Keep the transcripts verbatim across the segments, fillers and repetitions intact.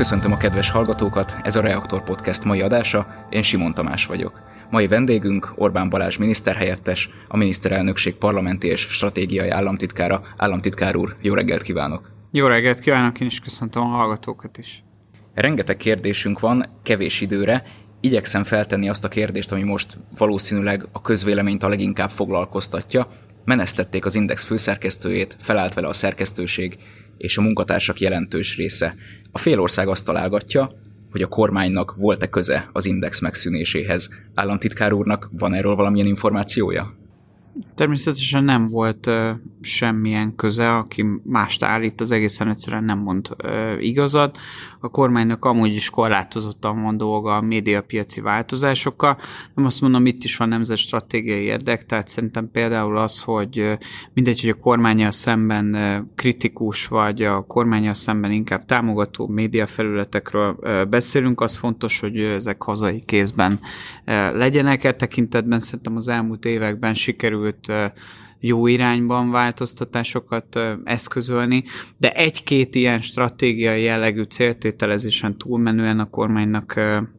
Köszöntöm a kedves hallgatókat, ez a Reaktor Podcast mai adása, én Simon Tamás vagyok. Mai vendégünk Orbán Balázs miniszterhelyettes, a miniszterelnökség parlamenti és stratégiai államtitkára. Államtitkár úr, jó reggelt kívánok! Jó reggelt kívánok, én is köszöntöm a hallgatókat is. Rengeteg kérdésünk van, kevés időre. Igyekszem feltenni azt a kérdést, ami most valószínűleg a közvéleményt a leginkább foglalkoztatja. Menesztették az Index főszerkesztőjét, felállt vele a szerkesztőség és a munkatársak jelentős része. A félország azt találgatja, hogy a kormánynak volt-e köze az Index megszűnéséhez. Államtitkár úrnak van erről valamilyen információja? Természetesen nem volt uh, semmilyen köze, aki mást állít, az egészen egyszerűen nem mond uh, igazat. A kormánynak amúgy is korlátozottan van dolga a médiapiaci változásokkal. Nem azt mondom, itt is van nemzetstratégiai érdek, tehát szerintem például az, hogy uh, mindegy, hogy a kormánnyal szemben uh, kritikus, vagy a kormánnyal szemben inkább támogató médiafelületekről uh, beszélünk, az fontos, hogy uh, ezek hazai kézben uh, legyenek. E tekintetben szerintem az elmúlt években sikerült jó irányban változtatásokat eszközölni, de egy-két ilyen stratégiai jellegű céltételezésen túlmenően a kormánynak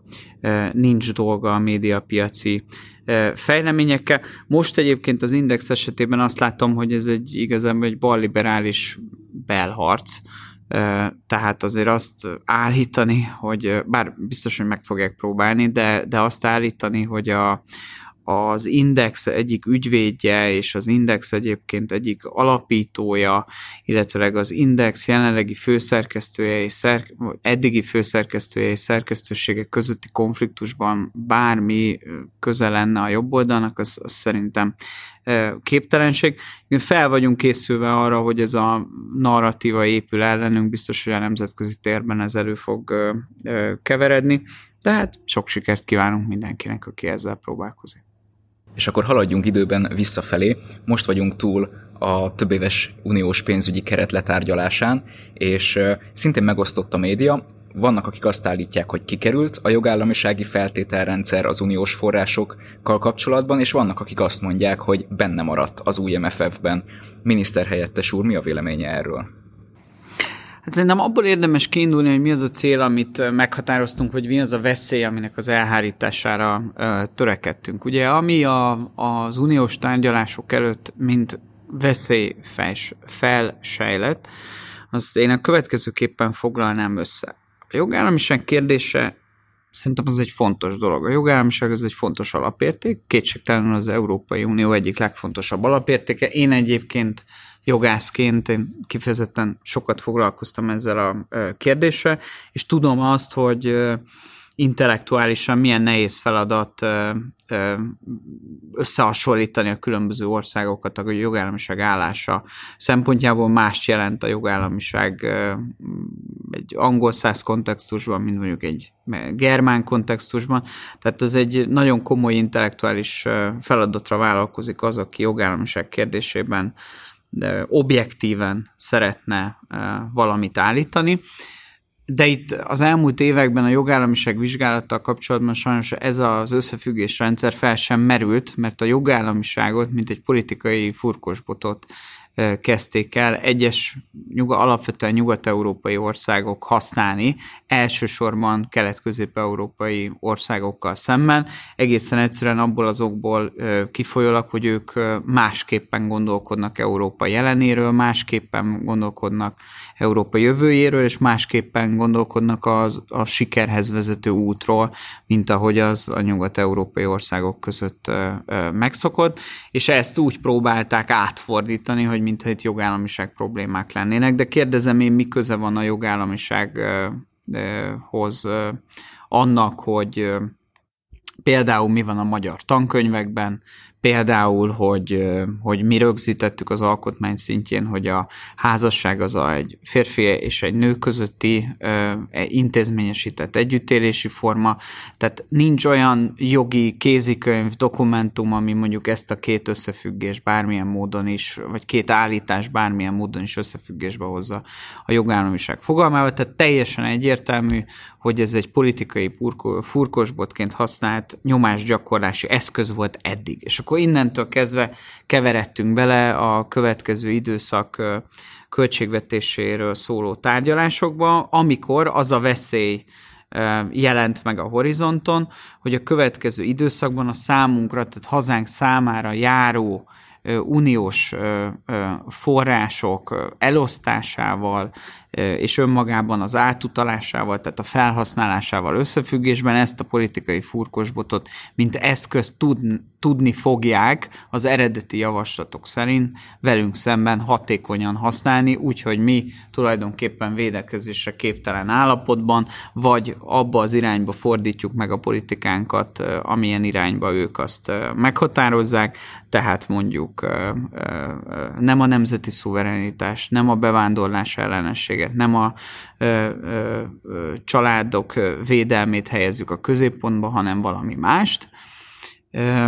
nincs dolga a médiapiaci fejleményekkel. Most egyébként az Index esetében azt látom, hogy ez egy igazából egy balliberális belharc, tehát azért azt állítani, hogy bár biztos, hogy meg fogják próbálni, de, de azt állítani, hogy a az Index egyik ügyvédje, és az Index egyébként egyik alapítója, illetőleg az Index jelenlegi főszerkesztője és szer- eddigi főszerkesztője és szerkesztőségek közötti konfliktusban bármi köze lenne a jobb oldalnak, az, az szerintem képtelenség. Fel vagyunk készülve arra, hogy ez a narratíva épül ellenünk, biztos, hogy a nemzetközi térben ez elő fog keveredni, de hát sok sikert kívánunk mindenkinek, aki ezzel próbálkozik. És akkor haladjunk időben visszafelé. Most vagyunk túl a többéves uniós pénzügyi keret letárgyalásán, és szintén megosztott a média. Vannak, akik azt állítják, hogy kikerült a jogállamisági feltételrendszer az uniós forrásokkal kapcsolatban, és vannak, akik azt mondják, hogy benne maradt az új em ef ef-ben. Miniszterhelyettes úr, mi a véleménye erről? Hát szerintem abból érdemes kiindulni, hogy mi az a cél, amit meghatároztunk, hogy mi az a veszély, aminek az elhárítására ö, törekedtünk. Ugye, ami a, az uniós tárgyalások előtt mint veszély felsejlett, azt én a következőképpen foglalnám össze. A jogállamiság kérdése szerintem az egy fontos dolog. A jogállamiság az egy fontos alapérték, kétségtelenül az Európai Unió egyik legfontosabb alapértéke. Én egyébként jogászként én kifejezetten sokat foglalkoztam ezzel a kérdéssel, és tudom azt, hogy intellektuálisan milyen nehéz feladat összehasonlítani a különböző országokat, a jogállamiság állása szempontjából mást jelent a jogállamiság egy angol száz kontextusban, mint mondjuk egy germán kontextusban. Tehát ez egy nagyon komoly intellektuális feladatra vállalkozik az, aki jogállamiság kérdésében de objektíven szeretne valamit állítani. De itt az elmúlt években a jogállamiság vizsgálattal kapcsolatban sajnos ez az összefüggésrendszer fel sem merült, mert a jogállamiságot, mint egy politikai furkosbotot kezdték el egyes nyuga, alapvetően nyugat-európai országok használni, elsősorban kelet-közép-európai országokkal szemben, egészen egyszerűen abból azokból kifolyólag, hogy ők másképpen gondolkodnak Európa jelenéről, másképpen gondolkodnak Európa jövőjéről, és másképpen gondolkodnak a, a sikerhez vezető útról, mint ahogy az a nyugat-európai országok között megszokott, és ezt úgy próbálták átfordítani, hogy mintha itt jogállamiság problémák lennének, de kérdezem én, mi köze van a jogállamisághoz annak, hogy például mi van a magyar tankönyvekben, például, hogy, hogy mi rögzítettük az alkotmány szintjén, hogy a házasság az egy férfi és egy nő közötti intézményesített együttélési forma, tehát nincs olyan jogi kézikönyv, dokumentum, ami mondjuk ezt a két összefüggés bármilyen módon is, vagy két állítás bármilyen módon is összefüggésbe hozza a jogállamiság fogalmával, tehát teljesen egyértelmű, hogy ez egy politikai furkosbotként használt nyomásgyakorlási eszköz volt eddig. És akkor akkor innentől kezdve keveredtünk bele a következő időszak költségvetéséről szóló tárgyalásokba, amikor az a veszély jelent meg a horizonton, hogy a következő időszakban a számunkra, tehát hazánk számára járó uniós források elosztásával és önmagában az átutalásával, tehát a felhasználásával összefüggésben ezt a politikai furkosbotot, mint eszközt tud, tudni fogják az eredeti javaslatok szerint velünk szemben hatékonyan használni, úgyhogy mi tulajdonképpen védekezésre képtelen állapotban, vagy abba az irányba fordítjuk meg a politikánkat, amilyen irányba ők azt meghatározzák, tehát mondjuk nem a nemzeti szuverenitás, nem a bevándorlás ellenességet, nem a ö, ö, családok védelmét helyezzük a középpontba, hanem valami mást. Ö,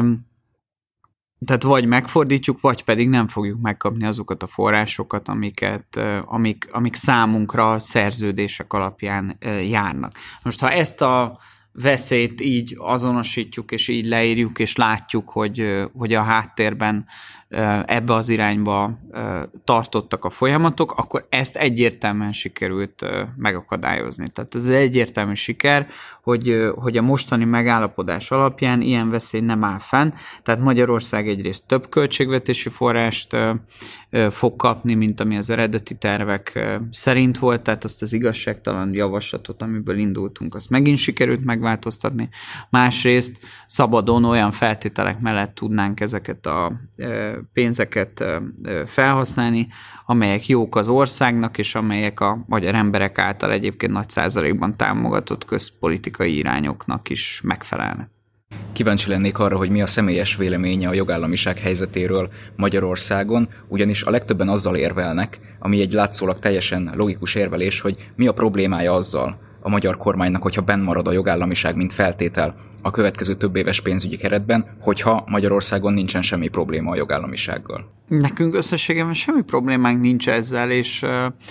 tehát vagy megfordítjuk, vagy pedig nem fogjuk megkapni azokat a forrásokat, amiket, amik, amik számunkra szerződések alapján járnak. Most ha ezt a veszélyt így azonosítjuk, és így leírjuk, és látjuk, hogy, hogy a háttérben ebbe az irányba tartottak a folyamatok, akkor ezt egyértelműen sikerült megakadályozni. Tehát ez egy egyértelmű siker, hogy, hogy a mostani megállapodás alapján ilyen veszély nem áll fenn, tehát Magyarország egyrészt több költségvetési forrást fog kapni, mint ami az eredeti tervek szerint volt, tehát azt az igazságtalan javaslatot, amiből indultunk, azt megint sikerült megváltoztatni. Másrészt szabadon olyan feltételek mellett tudnánk ezeket a pénzeket felhasználni, amelyek jók az országnak, és amelyek a magyar emberek által egyébként nagy százalékban támogatott közpolitikai irányoknak is megfelelnek. Kíváncsi lennék arra, hogy mi a személyes véleménye a jogállamiság helyzetéről Magyarországon, ugyanis a legtöbben azzal érvelnek, ami egy látszólag teljesen logikus érvelés, hogy mi a problémája azzal a magyar kormánynak, hogyha benn marad a jogállamiság, mint feltétel a következő több éves pénzügyi keretben, hogyha Magyarországon nincsen semmi probléma a jogállamisággal. Nekünk összességében semmi problémánk nincs ezzel, és,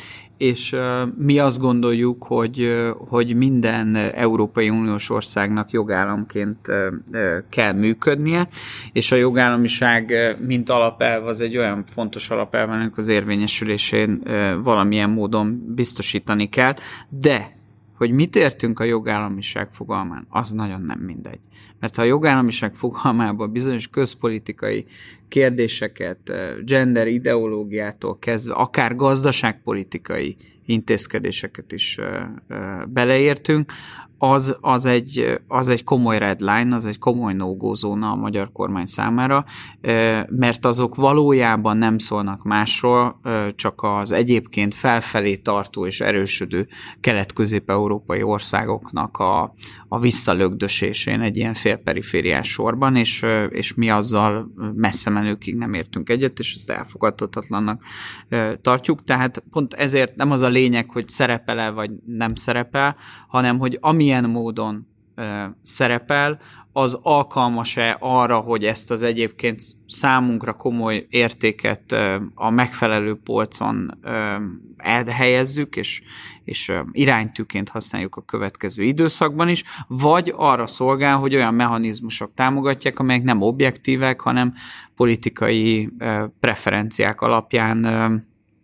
és mi azt gondoljuk, hogy, hogy minden Európai Uniós országnak jogállamként kell működnie, és a jogállamiság, mint alapelv, az egy olyan fontos alapelv, aminek az érvényesülésén valamilyen módon biztosítani kell, de hogy mit értünk a jogállamiság fogalmán, az nagyon nem mindegy. Mert ha a jogállamiság fogalmában bizonyos közpolitikai kérdéseket, gender ideológiától kezdve, akár gazdaságpolitikai intézkedéseket is beleértünk, az, az, egy, az egy komoly red line, az egy komoly no-go zóna a magyar kormány számára, mert azok valójában nem szólnak másról, csak az egyébként felfelé tartó és erősödő kelet-közép-európai országoknak a, a visszalögdösésén egy ilyen félperifériás sorban, és, és mi azzal messze menőkig nem értünk egyet, és ezt elfogadhatatlannak tartjuk. Tehát pont ezért nem az a lényeg, hogy szerepel-e vagy nem szerepel, hanem hogy amilyen módon ö, szerepel, az alkalmas-e arra, hogy ezt az egyébként számunkra komoly értéket ö, a megfelelő polcon ö, elhelyezzük, és, és ö, iránytűként használjuk a következő időszakban is, vagy arra szolgál, hogy olyan mechanizmusok támogatják, amelyek nem objektívek, hanem politikai ö, preferenciák alapján ö,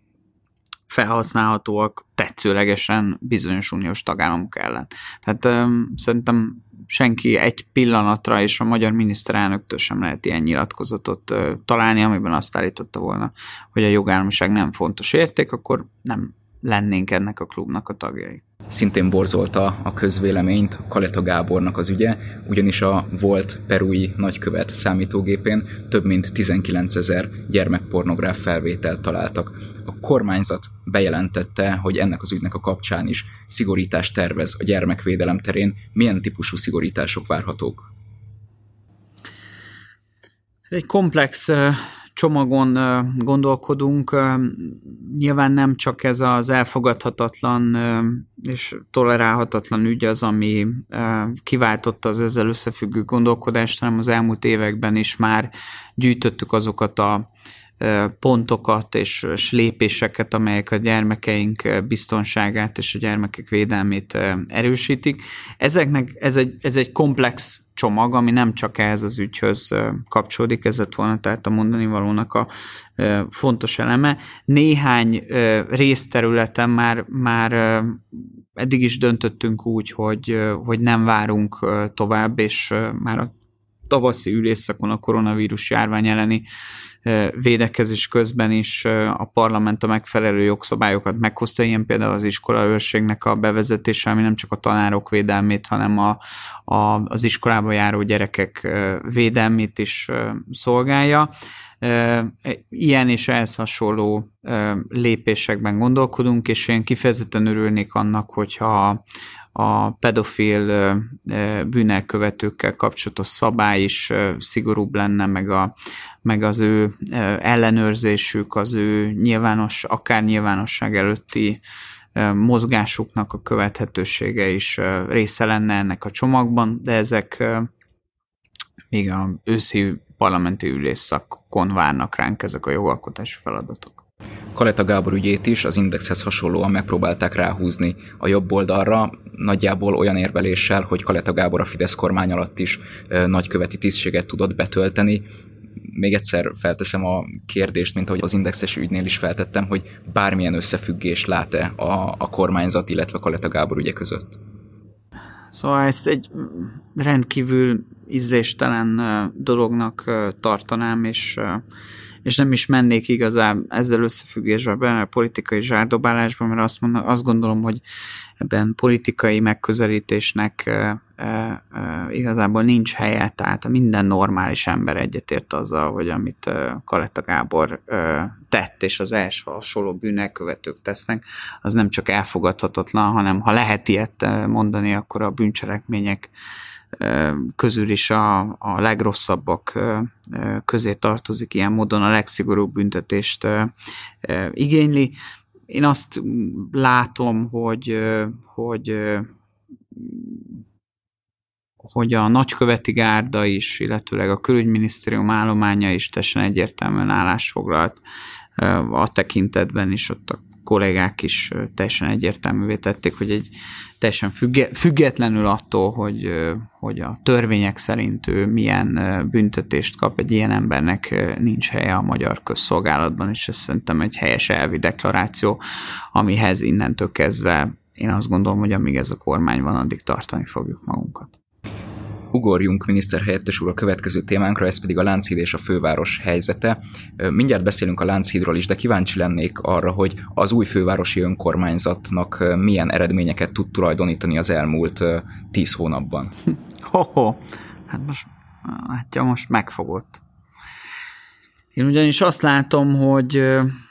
felhasználhatóak tetszőlegesen bizonyos uniós tagállamok ellen. Tehát um, szerintem senki egy pillanatra, és a magyar miniszterelnöktől sem lehet ilyen nyilatkozatot uh, találni, amiben azt állította volna, hogy a jogállamiság nem fontos érték, akkor nem lennénk ennek a klubnak a tagjai. Szintén borzolta a közvéleményt Kaleta Gábornak az ügye, ugyanis a volt perui nagykövet számítógépén több mint tizenkilencezer gyermekpornográf felvételt találtak. A kormányzat bejelentette, hogy ennek az ügynek a kapcsán is szigorítást tervez a gyermekvédelem terén. Milyen típusú szigorítások várhatók? Ez egy komplex csomagon gondolkodunk. Nyilván nem csak ez az elfogadhatatlan és tolerálhatatlan ügy az, ami kiváltotta az ezzel összefüggő gondolkodást, hanem az elmúlt években is már gyűjtöttük azokat a pontokat és, és lépéseket, amelyek a gyermekeink biztonságát és a gyermekek védelmét erősítik. Ezeknek ez egy, ez egy komplex csomag, ami nem csak ehhez az ügyhöz kapcsolódik, ez lett volna tehát a mondani valónak a fontos eleme. Néhány részterületen már, már eddig is döntöttünk úgy, hogy, hogy nem várunk tovább, és már a tavaszi ülésszakon a koronavírus járvány elleni védekezés közben is a parlament a megfelelő jogszabályokat meghozta, ilyen például az iskolaőrségnek a bevezetése, ami nem csak a tanárok védelmét, hanem a, a, az iskolába járó gyerekek védelmét is szolgálja. Ilyen és ehhez hasonló lépésekben gondolkodunk, és én kifejezetten örülnék annak, hogyha a pedofil bűnelkövetőkkel kapcsolatos szabály is szigorúbb lenne, meg, a, meg az ő ellenőrzésük, az ő nyilvános, akár nyilvánosság előtti mozgásuknak a követhetősége is része lenne ennek a csomagban, de ezek még a őszi parlamenti ülésszakon várnak ránk ezek a jogalkotási feladatok. Kaleta Gábor ügyét is az Indexhez hasonlóan megpróbálták ráhúzni a jobb oldalra, nagyjából olyan érveléssel, hogy Kaleta Gábor a Fidesz kormány alatt is nagyköveti tisztséget tudott betölteni. Még egyszer felteszem a kérdést, mint ahogy az Indexes ügynél is feltettem, hogy bármilyen összefüggés lát-e a, a kormányzat, illetve Kaleta Gábor ügye között? Szóval ezt egy rendkívül ízléstelen dolognak tartanám, és és nem is mennék igazán ezzel összefüggésben benne a politikai zsárdobálásban, mert azt, mondom, azt gondolom, hogy ebben politikai megközelítésnek e, e, e, igazából nincs helye, tehát minden normális ember egyetért azzal, hogy amit e, Kaleta Gábor e, tett, és az első hasonló bűnelkövetők tesznek, az nem csak elfogadhatatlan, hanem ha lehet ilyet mondani, akkor a bűncselekmények közül is a, a legrosszabbak közé tartozik, ilyen módon a legszigorúbb büntetést igényli. Én azt látom, hogy, hogy, hogy a nagyköveti gárda is, illetőleg a külügyminisztérium állománya is teljesen egyértelműen állásfoglalt a tekintetben is, ott a kollégák is teljesen egyértelművé tették, hogy egy teljesen függetlenül attól, hogy, hogy a törvények szerint ő milyen büntetést kap, egy ilyen embernek nincs helye a magyar közszolgálatban, és ez szerintem egy helyes elvi deklaráció, amihez innentől kezdve én azt gondolom, hogy amíg ez a kormány van, addig tartani fogjuk magunkat. Ugorjunk miniszterhelyettes úr a következő témánkra, ez pedig a Lánchíd és a főváros helyzete. Mindjárt beszélünk a Lánchídról is, de kíváncsi lennék arra, hogy az új fővárosi önkormányzatnak milyen eredményeket tud tulajdonítani az elmúlt tíz hónapban. Ho-ho, hát most, hát most megfogott. Én ugyanis azt látom, hogy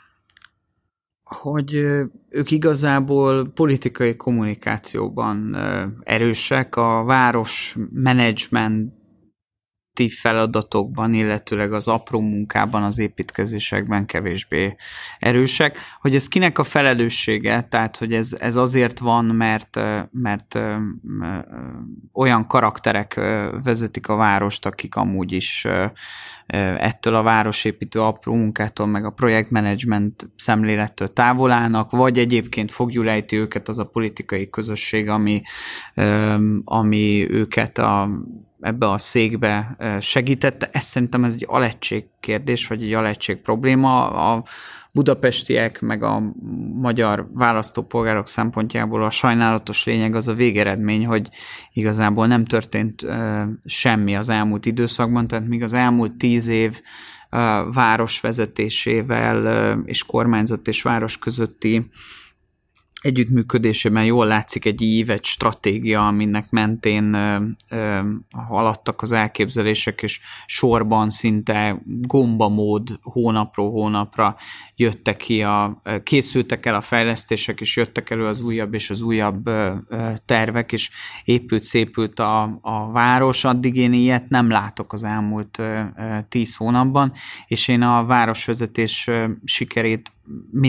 hogy ők igazából politikai kommunikációban erősek, a város menedzsmenti feladatokban, illetőleg az apró munkában, az építkezésekben kevésbé erősek. Hogy ez kinek a felelőssége, tehát hogy ez, ez azért van, mert, mert olyan karakterek vezetik a várost, akik amúgy is ettől a városépítő apró munkától, meg a projektmenedzsment szemlélettől távol állnak, vagy egyébként fogjulejti őket az a politikai közösség, ami, ami őket a ebbe a székbe segítette. Ez szerintem ez egy alettség kérdés, vagy egy alettség probléma. A budapestiek, meg a magyar választópolgárok szempontjából a sajnálatos lényeg az a végeredmény, hogy igazából nem történt semmi az elmúlt időszakban, tehát míg az elmúlt tíz év városvezetésével és kormányzat és város közötti együttműködésében jól látszik egy ív, egy stratégia, aminek mentén ö, ö, haladtak az elképzelések, és sorban szinte gombamód hónapról hónapra jöttek ki, a, készültek el a fejlesztések, és jöttek elő az újabb és az újabb ö, ö, tervek, és épült, szépült a, a város. Addig én ilyet nem látok az elmúlt ö, ö, tíz hónapban, és én a városvezetés ö, sikerét, mint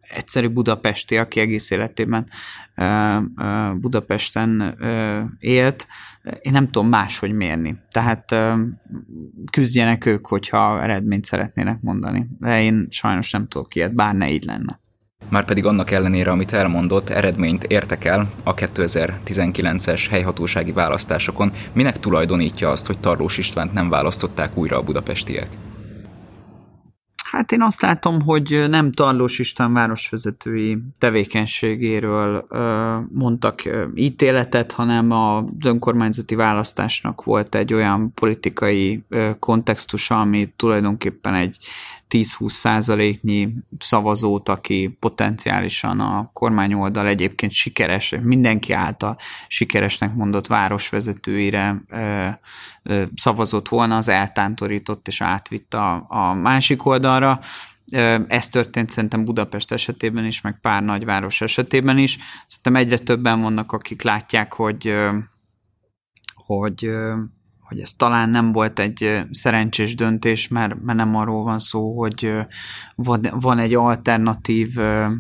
egyszerű budapesti, aki egész életében Budapesten élt, én nem tudom máshogy mérni. Tehát küzdjenek ők, hogyha eredményt szeretnének mondani. De én sajnos nem tudok ilyet, bár ne így lenne. Márpedig annak ellenére, amit elmondott, eredményt értek el a kétezer-tizenkilences helyhatósági választásokon. Minek tulajdonítja azt, hogy Tarlós Istvánt nem választották újra a budapestiek? Hát én azt látom, hogy nem Tarlós István városvezetői tevékenységéről ö, mondtak ö, ítéletet, hanem az önkormányzati választásnak volt egy olyan politikai ö, kontextusa, ami tulajdonképpen egy tíz-húsz százaléknyi szavazót, aki potenciálisan a kormányoldal egyébként sikeres, mindenki által sikeresnek mondott városvezetőire ö, ö, szavazott volna, az eltántorított és átvitt a, a másik oldalra. Ez történt szerintem Budapest esetében is, meg pár nagyváros esetében is. Szerintem egyre többen vannak, akik látják, hogy, hogy hogy ez talán nem volt egy szerencsés döntés, mert, mert nem arról van szó, hogy van, van egy alternatív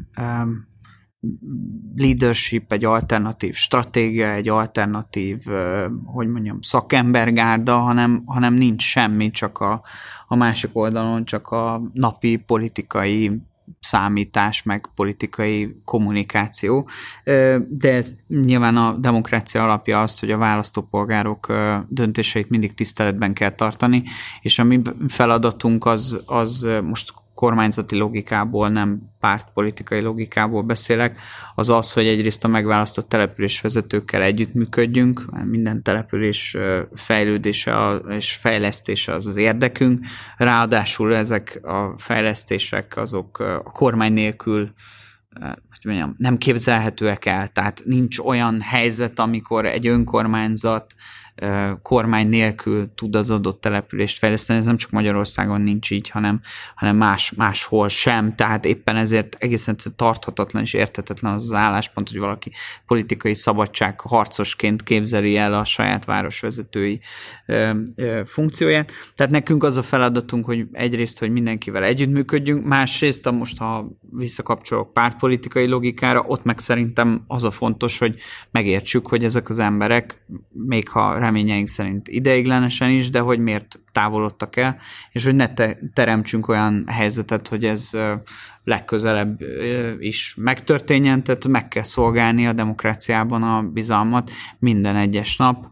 leadership, egy alternatív stratégia, egy alternatív, hogy mondjam, szakembergárda, hanem, hanem nincs semmi, csak a, a másik oldalon csak a napi politikai számítás, meg politikai kommunikáció, de ez nyilván a demokrácia alapja az, hogy a választópolgárok döntéseit mindig tiszteletben kell tartani, és a mi feladatunk az, az most kormányzati logikából, nem pártpolitikai logikából beszélek, az az, hogy egyrészt a megválasztott településvezetőkkel együttműködjünk, minden település fejlődése és fejlesztése az az érdekünk, ráadásul ezek a fejlesztések azok a kormány nélkül hogy mondjam, nem képzelhetőek el, tehát nincs olyan helyzet, amikor egy önkormányzat kormány nélkül tud az adott települést fejleszteni, ez nem csak Magyarországon nincs így, hanem, hanem más, máshol sem, tehát éppen ezért egészen tarthatatlan és érthetetlen az az álláspont, hogy valaki politikai szabadság harcosként képzeli el a saját városvezetői ö, ö, funkcióját. Tehát nekünk az a feladatunk, hogy egyrészt, hogy mindenkivel együttműködjünk, másrészt, most ha visszakapcsolok pártpolitikai logikára, ott meg szerintem az a fontos, hogy megértsük, hogy ezek az emberek, még ha reményeink szerint ideiglenesen is, de hogy miért távolodtak el, és hogy ne te- teremtsünk olyan helyzetet, hogy ez legközelebb is megtörténjen, tehát meg kell szolgálni a demokráciában a bizalmat minden egyes nap,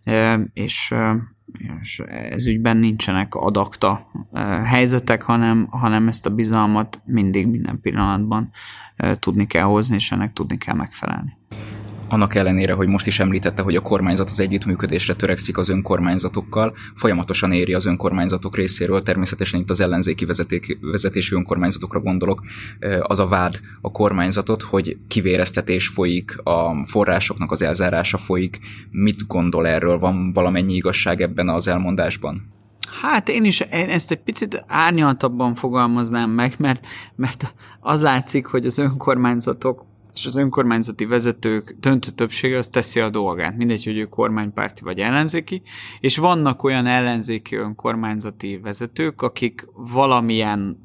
és, és ez ügyben nincsenek adakta helyzetek, hanem, hanem ezt a bizalmat mindig, minden pillanatban tudni kell hozni, és ennek tudni kell megfelelni. Annak ellenére, hogy most is említette, hogy a kormányzat az együttműködésre törekszik az önkormányzatokkal, folyamatosan éri az önkormányzatok részéről, természetesen itt az ellenzéki vezeték, vezetésű önkormányzatokra gondolok, az a vád a kormányzatot, hogy kivéreztetés folyik, a forrásoknak az elzárása folyik. Mit gondol erről? Van valamennyi igazság ebben az elmondásban? Hát én is én ezt egy picit árnyaltabban fogalmaznám meg, mert, mert az látszik, hogy az önkormányzatok és az önkormányzati vezetők döntő többsége az teszi a dolgát. Mindegy, hogy ő kormánypárti vagy ellenzéki, és vannak olyan ellenzéki önkormányzati vezetők, akik valamilyen,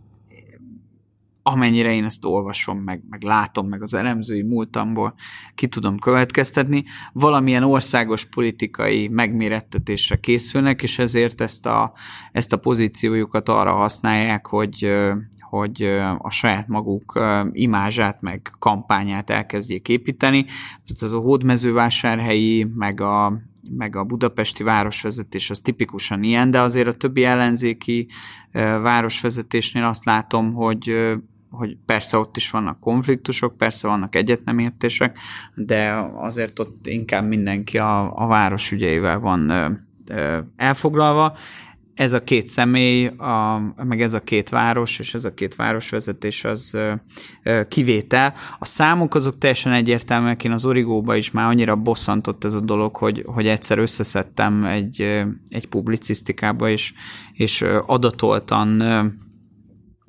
amennyire én ezt olvasom, meg, meg látom, meg az elemzői múltamból ki tudom következtetni, valamilyen országos politikai megmérettetésre készülnek, és ezért ezt a, ezt a pozíciójukat arra használják, hogy hogy a saját maguk imázsát, meg kampányát elkezdjék építeni. Tehát a hódmezővásárhelyi, meg a, meg a budapesti városvezetés az tipikusan ilyen, de azért a többi ellenzéki városvezetésnél azt látom, hogy hogy persze ott is vannak konfliktusok, persze vannak egyetnemértések, de azért ott inkább mindenki a, a város ügyeivel van elfoglalva. Ez a két személy, a, meg ez a két város, és ez a két városvezetés az ö, ö, kivétel. A számok azok teljesen egyértelműek, én az Origóba is már annyira bosszantott ez a dolog, hogy, hogy egyszer összeszedtem egy, egy publicisztikába, és, és adatoltan ö,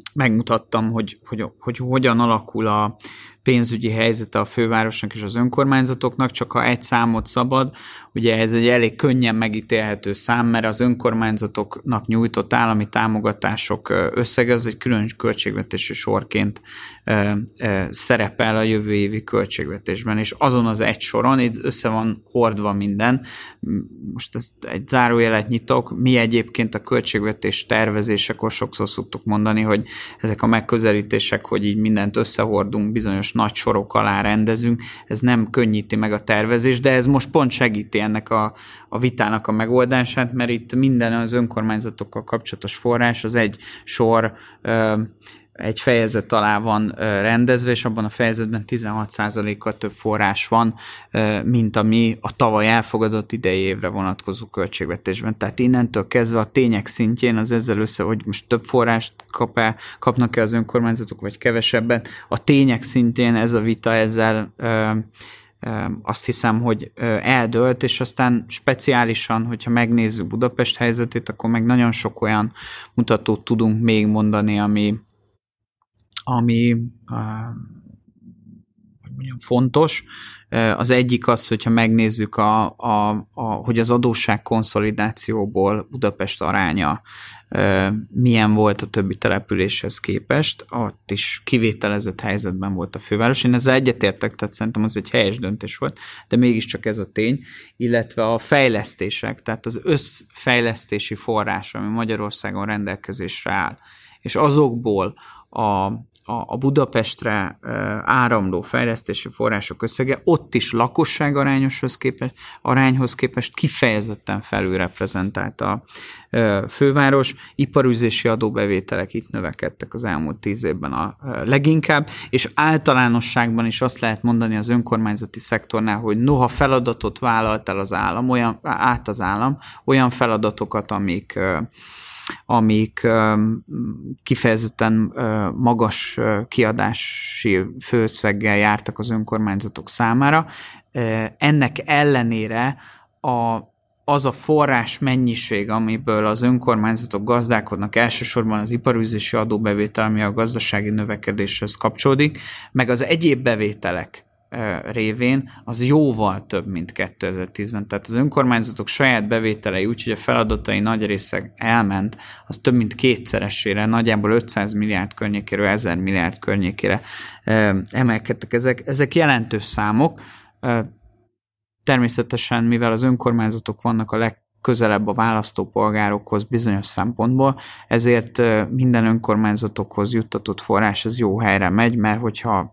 megmutattam, hogy, hogy, hogy hogyan alakul a pénzügyi helyzete a fővárosnak és az önkormányzatoknak, csak ha egy számot szabad, ugye ez egy elég könnyen megítélhető szám, mert az önkormányzatoknak nyújtott állami támogatások összege az egy külön költségvetési sorként szerepel a jövő évi költségvetésben, és azon az egy soron itt össze van hordva minden. Most ezt egy zárójelet nyitok, mi egyébként a költségvetés tervezésekor sokszor szoktuk mondani, hogy ezek a megközelítések, hogy így mindent összehordunk, bizonyos nagy sorok alá rendezünk, ez nem könnyíti meg a tervezést, de ez most pont segíti ennek a, a vitának a megoldását, mert itt minden az önkormányzatokkal kapcsolatos forrás, az egy sor, egy fejezet alá van rendezve, és abban a fejezetben tizenhat százalékkal több forrás van, mint ami a tavaly elfogadott idei évre vonatkozó költségvetésben. Tehát innentől kezdve a tények szintjén az ezzel össze, hogy most több forrást kap-e, kapnak-e az önkormányzatok, vagy kevesebbet, a tények szintjén ez a vita ezzel azt hiszem, hogy eldőlt, és aztán speciálisan, hogyha megnézzük Budapest helyzetét, akkor meg nagyon sok olyan mutatót tudunk még mondani, ami ami hogy mondjam, fontos. Az egyik az, hogyha megnézzük, a, a, a, hogy az adósság konszolidációból Budapest aránya milyen volt a többi településhez képest, ott is kivételezett helyzetben volt a főváros. Én ezzel egyetértek, tehát szerintem az egy helyes döntés volt, de mégiscsak ez a tény, illetve a fejlesztések, tehát az összfejlesztési forrás, ami Magyarországon rendelkezésre áll, és azokból a a Budapestre áramló fejlesztési források összege ott is lakosság arányoshoz képest, arányhoz képest kifejezetten felülreprezentált a főváros. Iparűzési adóbevételek itt növekedtek az elmúlt tíz évben a leginkább, és általánosságban is azt lehet mondani az önkormányzati szektornál, hogy noha feladatot vállalt el az állam, olyan, át az állam, olyan feladatokat, amik amik kifejezetten magas kiadási főösszeggel jártak az önkormányzatok számára. Ennek ellenére a, az a forrás mennyiség, amiből az önkormányzatok gazdálkodnak, elsősorban az iparűzési adóbevétel, ami a gazdasági növekedéshez kapcsolódik, meg az egyéb bevételek révén, az jóval több, mint kétezer-tízben. Tehát az önkormányzatok saját bevételei, úgyhogy a feladatai nagy része elment, az több mint kétszeresére, nagyjából ötszáz milliárd környékéről, ezer milliárd környékére emelkedtek. Ezek, ezek jelentős számok. Természetesen, mivel az önkormányzatok vannak a legközelebb a választópolgárokhoz bizonyos szempontból, ezért minden önkormányzatokhoz juttatott forrás az jó helyre megy, mert hogyha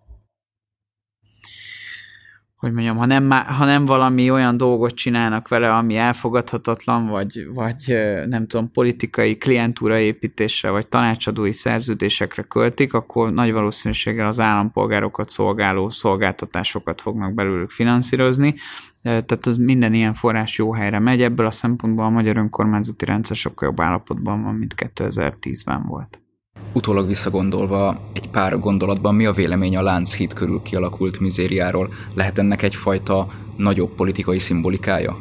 hogy mondjam, ha nem, ha nem valami olyan dolgot csinálnak vele, ami elfogadhatatlan, vagy, vagy nem tudom, politikai klientúraépítésre, vagy tanácsadói szerződésekre költik, akkor nagy valószínűséggel az állampolgárokat szolgáló szolgáltatásokat fognak belőlük finanszírozni. Tehát az minden ilyen forrás jó helyre megy, ebből a szempontból a magyar önkormányzati rendszer sokkal jobb állapotban van, mint kétezer-tízben volt. Utólag visszagondolva, egy pár gondolatban mi a vélemény a Lánchíd körül kialakult mizériáról? Lehet ennek egyfajta nagyobb politikai szimbolikája?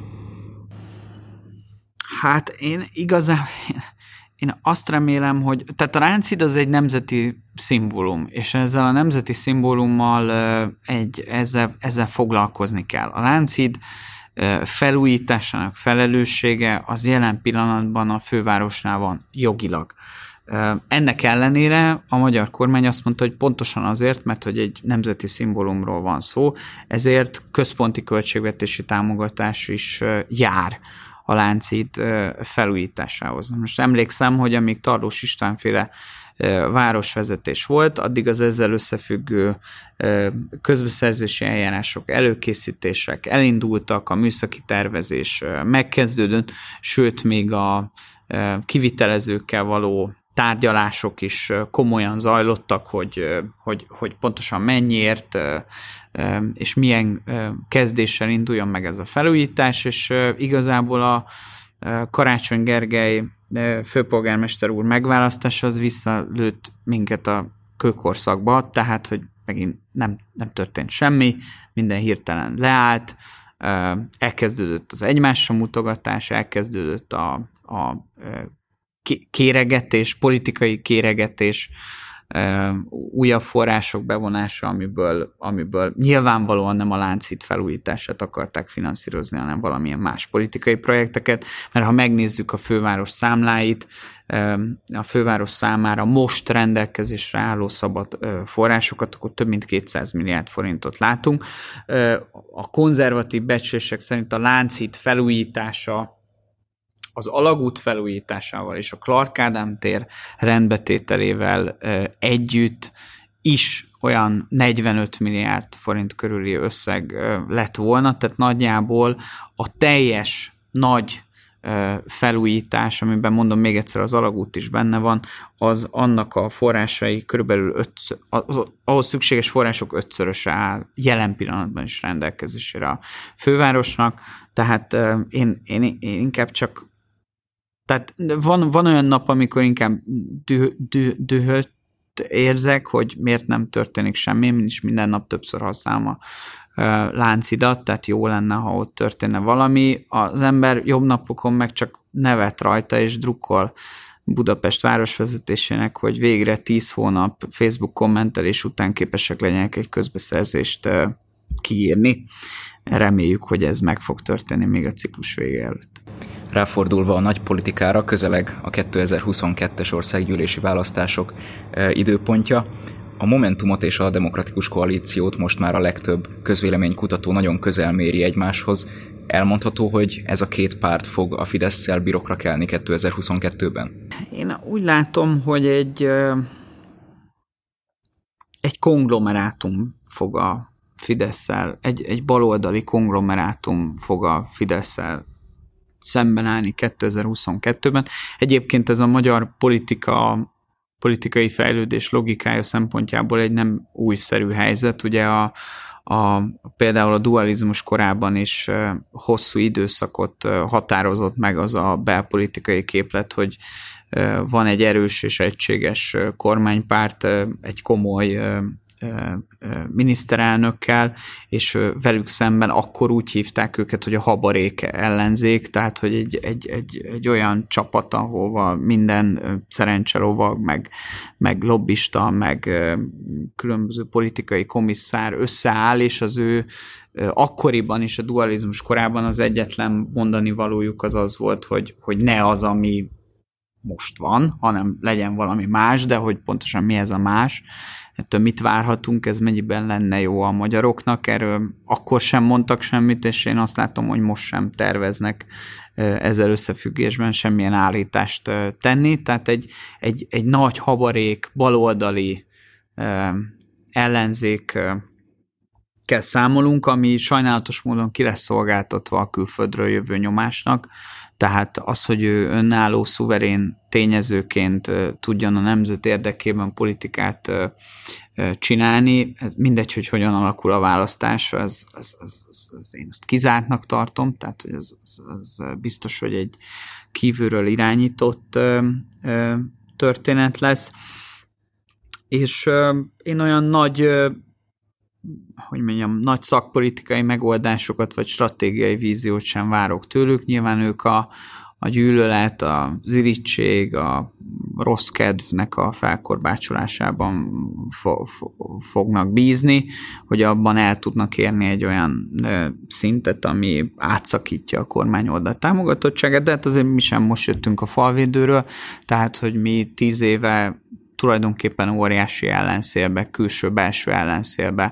Hát én igazán, én, én azt remélem, hogy tehát a Lánchíd az egy nemzeti szimbólum, és ezzel a nemzeti szimbólummal egy, ezzel, ezzel foglalkozni kell. A Lánchíd felújításának felelőssége az jelen pillanatban a fővárosnál van jogilag. Ennek ellenére a magyar kormány azt mondta, hogy pontosan azért, mert hogy egy nemzeti szimbólumról van szó, ezért központi költségvetési támogatás is jár a Lánchíd felújításához. Most emlékszem, hogy amíg Tarlós Istvánféle városvezetés volt, addig az ezzel összefüggő közbeszerzési eljárások, előkészítések elindultak, a műszaki tervezés megkezdődött, sőt még a kivitelezőkkel való tárgyalások is komolyan zajlottak, hogy, hogy, hogy pontosan mennyiért és milyen kezdéssel induljon meg ez a felújítás, és igazából a Karácsony Gergely főpolgármester úr megválasztása az visszalőtt minket a kőkorszakba, tehát, hogy megint nem, nem történt semmi, minden hirtelen leállt, elkezdődött az egymásra mutogatás, elkezdődött a, a kéregetés, politikai kéregetés újabb források bevonása, amiből, amiből nyilvánvalóan nem a Lánchíd felújítását akarták finanszírozni, hanem valamilyen más politikai projekteket, mert ha megnézzük a főváros számláit, a főváros számára most rendelkezésre álló szabad forrásokat, akkor több mint kétszáz milliárd forintot látunk. A konzervatív becslések szerint a Lánchíd felújítása az alagút felújításával és a Clark Ádám tér rendbetételével együtt is olyan negyvenöt milliárd forint körüli összeg lett volna, tehát nagyjából a teljes nagy felújítás, amiben mondom még egyszer az alagút is benne van, az annak a forrásai körülbelül ötször, ahhoz szükséges források ötszöröse áll jelen pillanatban is rendelkezésére a fővárosnak, tehát én, én, én inkább csak tehát van, van olyan nap, amikor inkább düh, düh, dühöt érzek, hogy miért nem történik semmi, én is minden nap többször használom a Lánchidat, tehát jó lenne, ha ott történne valami. Az ember jobb napokon meg csak nevet rajta, és drukkol Budapest városvezetésének, hogy végre tíz hónap Facebook kommentelés után képesek legyenek egy közbeszerzést kiírni. Reméljük, hogy ez meg fog történni még a ciklus vége előtt. Ráfordulva a nagy politikára, közeleg a kétezer-huszonkettes országgyűlési választások e, időpontja. A Momentumot és a Demokratikus Koalíciót most már a legtöbb közvéleménykutató nagyon közel méri egymáshoz. Elmondható, hogy ez a két párt fog a Fidesszel birokra kelni kétezer-huszonkettőben? Én úgy látom, hogy egy, egy konglomerátum fog a Fidesszel, egy, egy baloldali konglomerátum fog a Fidesszel szemben állni kétezer-huszonkettőben. Egyébként ez a magyar politika, politikai fejlődés logikája szempontjából egy nem újszerű helyzet. Ugye a, a, például a dualizmus korában is hosszú időszakot határozott meg az a belpolitikai képlet, hogy van egy erős és egységes kormánypárt, egy komoly miniszterelnökkel, és velük szemben akkor úgy hívták őket, hogy a habarék ellenzék, tehát hogy egy, egy, egy, egy olyan csapat, ahova minden szerencselovag, meg, meg lobbista, meg különböző politikai komisszár összeáll, és az ő akkoriban is a dualizmus korában az egyetlen mondani valójuk az az volt, hogy, hogy ne az, ami most van, hanem legyen valami más, de hogy pontosan mi ez a más, ettől mit várhatunk, ez mennyiben lenne jó a magyaroknak, erről akkor sem mondtak semmit, és én azt látom, hogy most sem terveznek ezzel összefüggésben semmilyen állítást tenni, tehát egy, egy, egy nagy habarék, baloldali ellenzékkel számolunk, ami sajnálatos módon ki lesz szolgáltatva a külföldről jövő nyomásnak, tehát az, hogy ő önálló, szuverén tényezőként tudjon a nemzet érdekében politikát csinálni, mindegy, hogy hogyan alakul a választás, az, az, az, az, az én azt kizártnak tartom, tehát hogy az, az, az biztos, hogy egy kívülről irányított történet lesz, és én olyan nagy, hogy mondjam, nagy szakpolitikai megoldásokat vagy stratégiai víziót sem várok tőlük. Nyilván ők a, a gyűlölet, az irigység, a rossz kedvnek a felkorbácsolásában fo- fo- fognak bízni, hogy abban el tudnak érni egy olyan szintet, ami átszakítja a kormány oldal támogatottságát, de hát azért mi sem most jöttünk a falvédőről, tehát hogy mi tíz éve tulajdonképpen óriási ellenszélbe, külső-belső ellenszélbe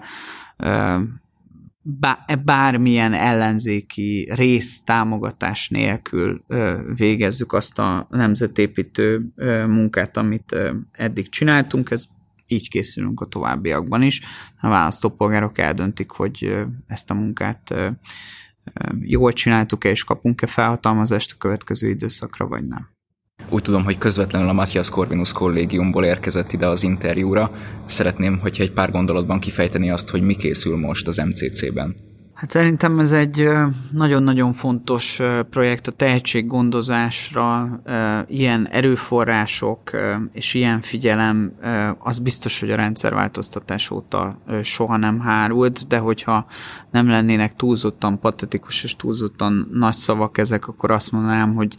bármilyen ellenzéki résztámogatás nélkül végezzük azt a nemzetépítő munkát, amit eddig csináltunk, ez így készülünk a továbbiakban is. A választópolgárok eldöntik, hogy ezt a munkát jól csináltuk-e, és kapunk-e felhatalmazást a következő időszakra, vagy nem. Úgy tudom, hogy közvetlenül a Matthias Corvinus kollégiumból érkezett ide az interjúra. Szeretném, hogyha egy pár gondolatban kifejteni azt, hogy mi készül most az em cé cé-ben. Hát szerintem ez egy nagyon-nagyon fontos projekt a tehetséggondozásra, ilyen erőforrások és ilyen figyelem, az biztos, hogy a rendszerváltoztatás óta soha nem hárult, de hogyha nem lennének túlzottan patetikus és túlzottan nagy szavak ezek, akkor azt mondanám, hogy,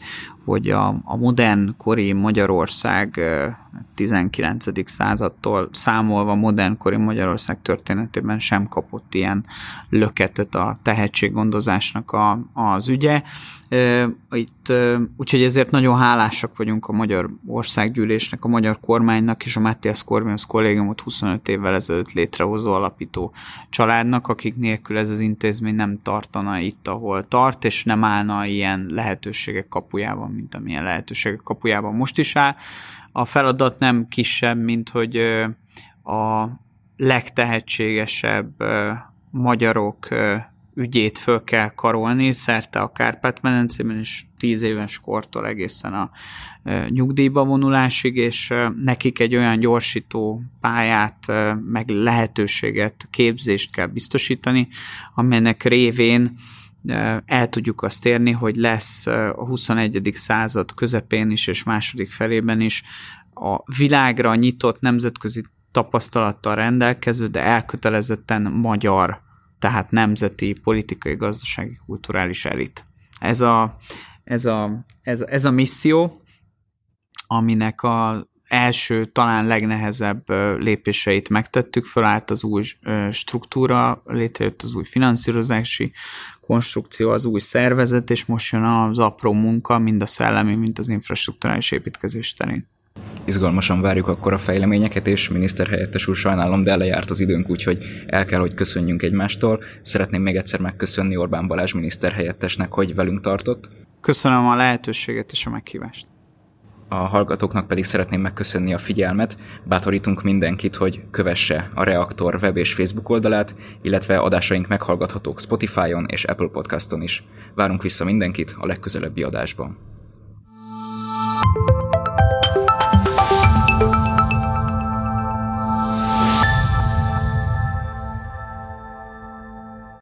hogy a, a modern kori Magyarország tizenkilencedik századtól számolva modernkori Magyarország történetében sem kapott ilyen löketet a tehetséggondozásnak a, az ügye. Itt, úgyhogy ezért nagyon hálásak vagyunk a Magyar Országgyűlésnek, a magyar kormánynak és a Matthias Corvinus kollégiumot huszonöt évvel ezelőtt létrehozó alapító családnak, akik nélkül ez az intézmény nem tartana itt, ahol tart, és nem állna ilyen lehetőségek kapujában, mint amilyen lehetőségek kapujában most is áll. A feladat nem kisebb, mint hogy a legtehetségesebb magyarok ügyét föl kell karolni szerte a Kárpát-medencében, és tíz éves kortól egészen a nyugdíjba vonulásig, és nekik egy olyan gyorsító pályát, meg lehetőséget, képzést kell biztosítani, amelynek révén el tudjuk azt érni, hogy lesz a huszonegyedik század közepén is és második felében is a világra nyitott nemzetközi tapasztalattal rendelkező, de elkötelezetten magyar, tehát nemzeti, politikai, gazdasági, kulturális elit. Ez a, ez a, ez a, ez a misszió, aminek az első, talán legnehezebb lépéseit megtettük, fölállt az új struktúra, létrejött az új finanszírozási konstrukció, az új szervezet, és most jön az apró munka, mind a szellemi, mind az infrastrukturális építkezés terén. Izgalmasan várjuk akkor a fejleményeket, és miniszterhelyettes úr, sajnálom, de lejárt az időnk, úgyhogy el kell, hogy köszönjünk egymástól. Szeretném még egyszer megköszönni Orbán Balázs miniszterhelyettesnek, hogy velünk tartott. Köszönöm a lehetőséget és a meghívást. A hallgatóknak pedig szeretném megköszönni a figyelmet, bátorítunk mindenkit, hogy kövesse a Reaktor web és Facebook oldalát, illetve adásaink meghallgathatók Spotify-on és Apple Podcaston is. Várunk vissza mindenkit a legközelebbi adásban.